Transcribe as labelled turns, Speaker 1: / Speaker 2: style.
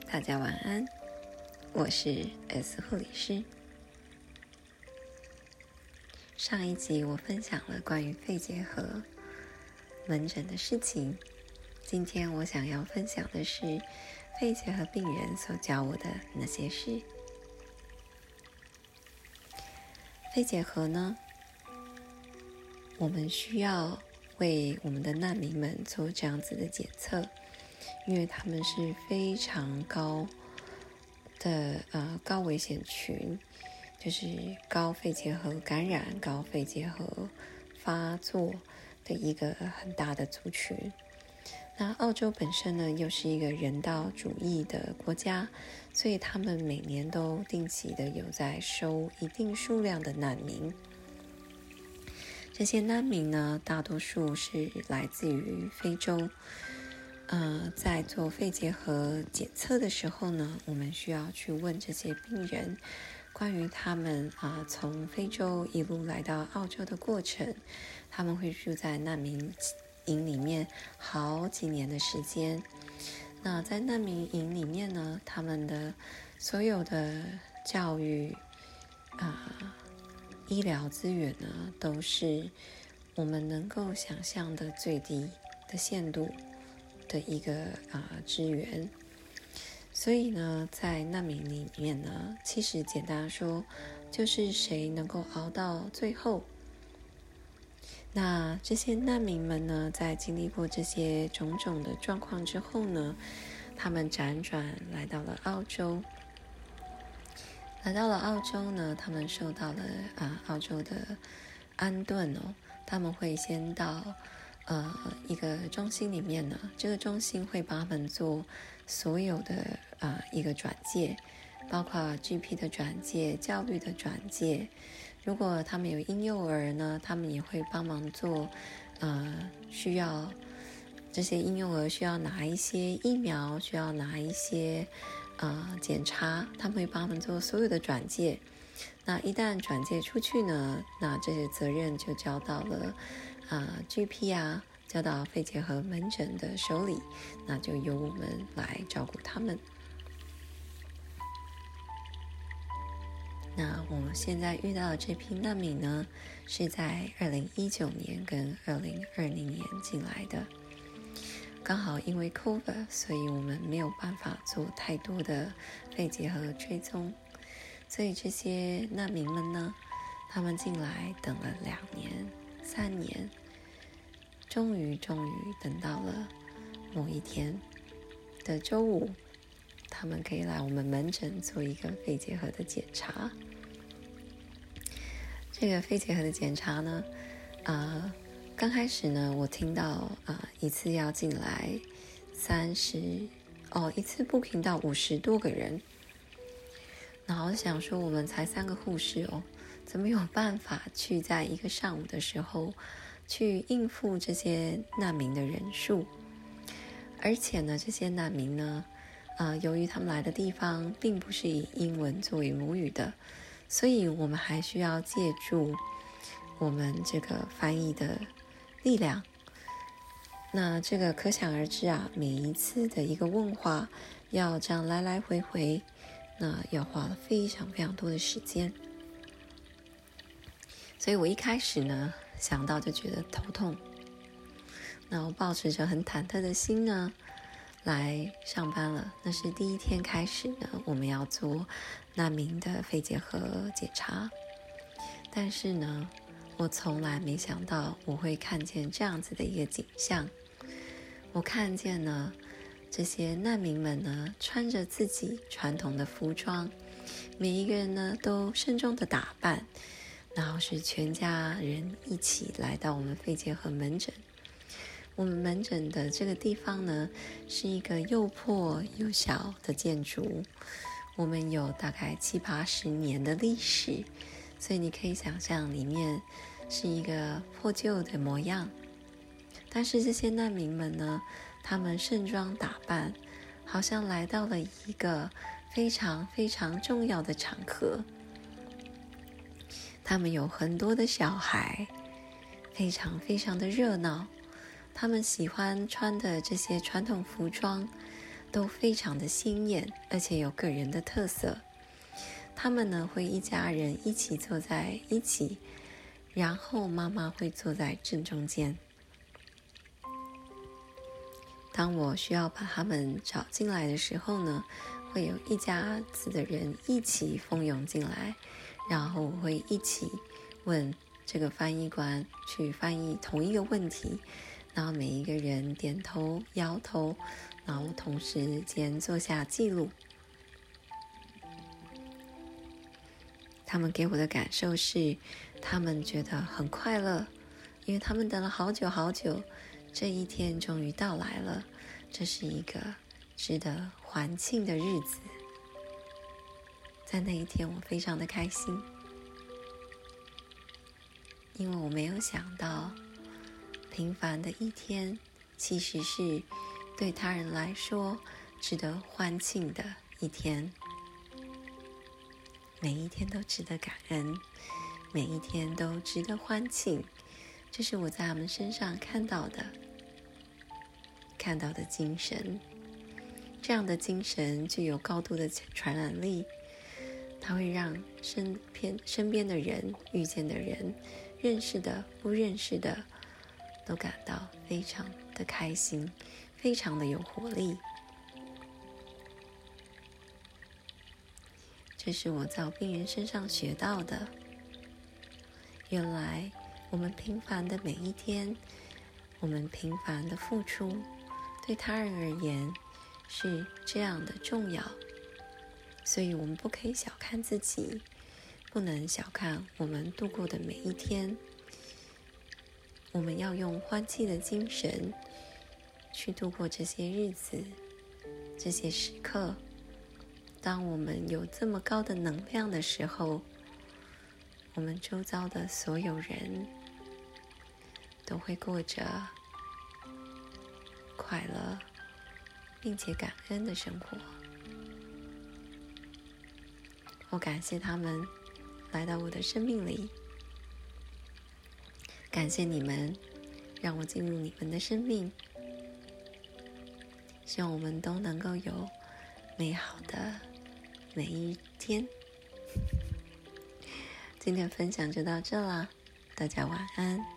Speaker 1: 大家晚安，我是 S 护理师。上一集我分享了关于肺结核门诊的事情，今天我想要分享的是肺结核病人所教我的那些事。肺结核呢，我们需要为我们的难民们做这样子的检测，因为他们是非常高的高危险群，就是高肺结核感染、高肺结核发作的一个很大的族群。那澳洲本身呢，又是一个人道主义的国家，所以他们每年都定期的有在收一定数量的难民。这些难民呢，大多数是来自于非洲。在做肺结核检测的时候呢，我们需要去问这些病人关于他们从非洲一路来到澳洲的过程。他们会住在难民营里面好几年的时间。那在难民营里面呢，他们的所有的教育医疗资源呢，都是我们能够想象的最低的限度的一个资源。所以呢，在难民里面呢，其实简单说就是谁能够熬到最后。那这些难民们呢，在经历过这些种种的状况之后呢，他们辗转来到了澳洲。来到了澳洲呢，他们受到了澳洲的安顿他们会先到一个中心里面呢，这个中心会帮他们做所有的一个转介，包括 GP 的转介、教育的转介。如果他们有婴幼儿呢，他们也会帮忙做需要这些婴幼儿需要拿一些疫苗，需要拿一些检查，他们会帮他们做所有的转介。那一旦转介出去呢，那这些责任就交到了GP 交到肺结核门诊的手里，那就由我们来照顾他们。那我们现在遇到的这批难民呢，是在2019年跟2020年进来的。刚好因为 COVID， 所以我们没有办法做太多的肺结核追踪，所以这些难民们呢，他们进来等了2年、3年，终于等到了某一天的周五，他们可以来我们门诊做一个肺结核的检查。这个肺结核的检查呢，刚开始呢，我听到一次要进来一次 booking 到50多个人，然后想说我们才3个护士怎么有办法去在一个上午的时候去应付这些难民的人数。而且呢，这些难民呢，由于他们来的地方并不是以英文作为母语的，所以我们还需要借助我们这个翻译的力量。那这个可想而知每一次的一个问话要这样来来回回，那要花了非常非常多的时间。所以我一开始呢，想到就觉得头痛。那我抱持着很忐忑的心呢，来上班了。那是第一天开始呢，我们要做难民的肺结核检查。但是呢，我从来没想到我会看见这样子的一个景象。我看见呢，这些难民们呢，穿着自己传统的服装，每一个人呢都慎重的打扮，然后是全家人一起来到我们肺结核门诊。我们门诊的这个地方呢，是一个又破又小的建筑，我们有大概70-80年的历史，所以你可以想象里面是一个破旧的模样。但是这些难民们呢，他们盛装打扮，好像来到了一个非常非常重要的场合。他们有很多的小孩，非常非常的热闹。他们喜欢穿的这些传统服装， 都非常的鲜艳，而且有个人的特色。他们呢会一家人一起坐在一起，然后妈妈会坐在正中间。当我需要把他们找进来的时候呢，会有一家子的人一起蜂拥进来，然后我会一起问这个翻译官去翻译同一个问题，然后每一个人点头摇头，然后同时间做下记录。他们给我的感受是，他们觉得很快乐，因为他们等了好久好久，这一天终于到来了，这是一个值得欢庆的日子。在那一天我非常的开心，因为我没有想到平凡的一天其实是对他人来说值得欢庆的一天。每一天都值得感恩，每一天都值得欢庆，这是我在他们身上看到的精神。这样的精神具有高度的传染力，它会让身边的人、遇见的人、认识的、不认识的，都感到非常的开心，非常的有活力。这是我在病人身上学到的。原来我们平凡的每一天，我们平凡的付出，对他人而言是这样的重要。所以我们不可以小看自己，不能小看我们度过的每一天。我们要用欢庆的精神去度过这些日子，这些时刻。当我们有这么高的能量的时候，我们周遭的所有人都会过着快乐并且感恩的生活。我感谢他们来到我的生命里，感谢你们让我进入你们的生命。希望我们都能够有美好的每一天。今天分享就到这啦，大家晚安。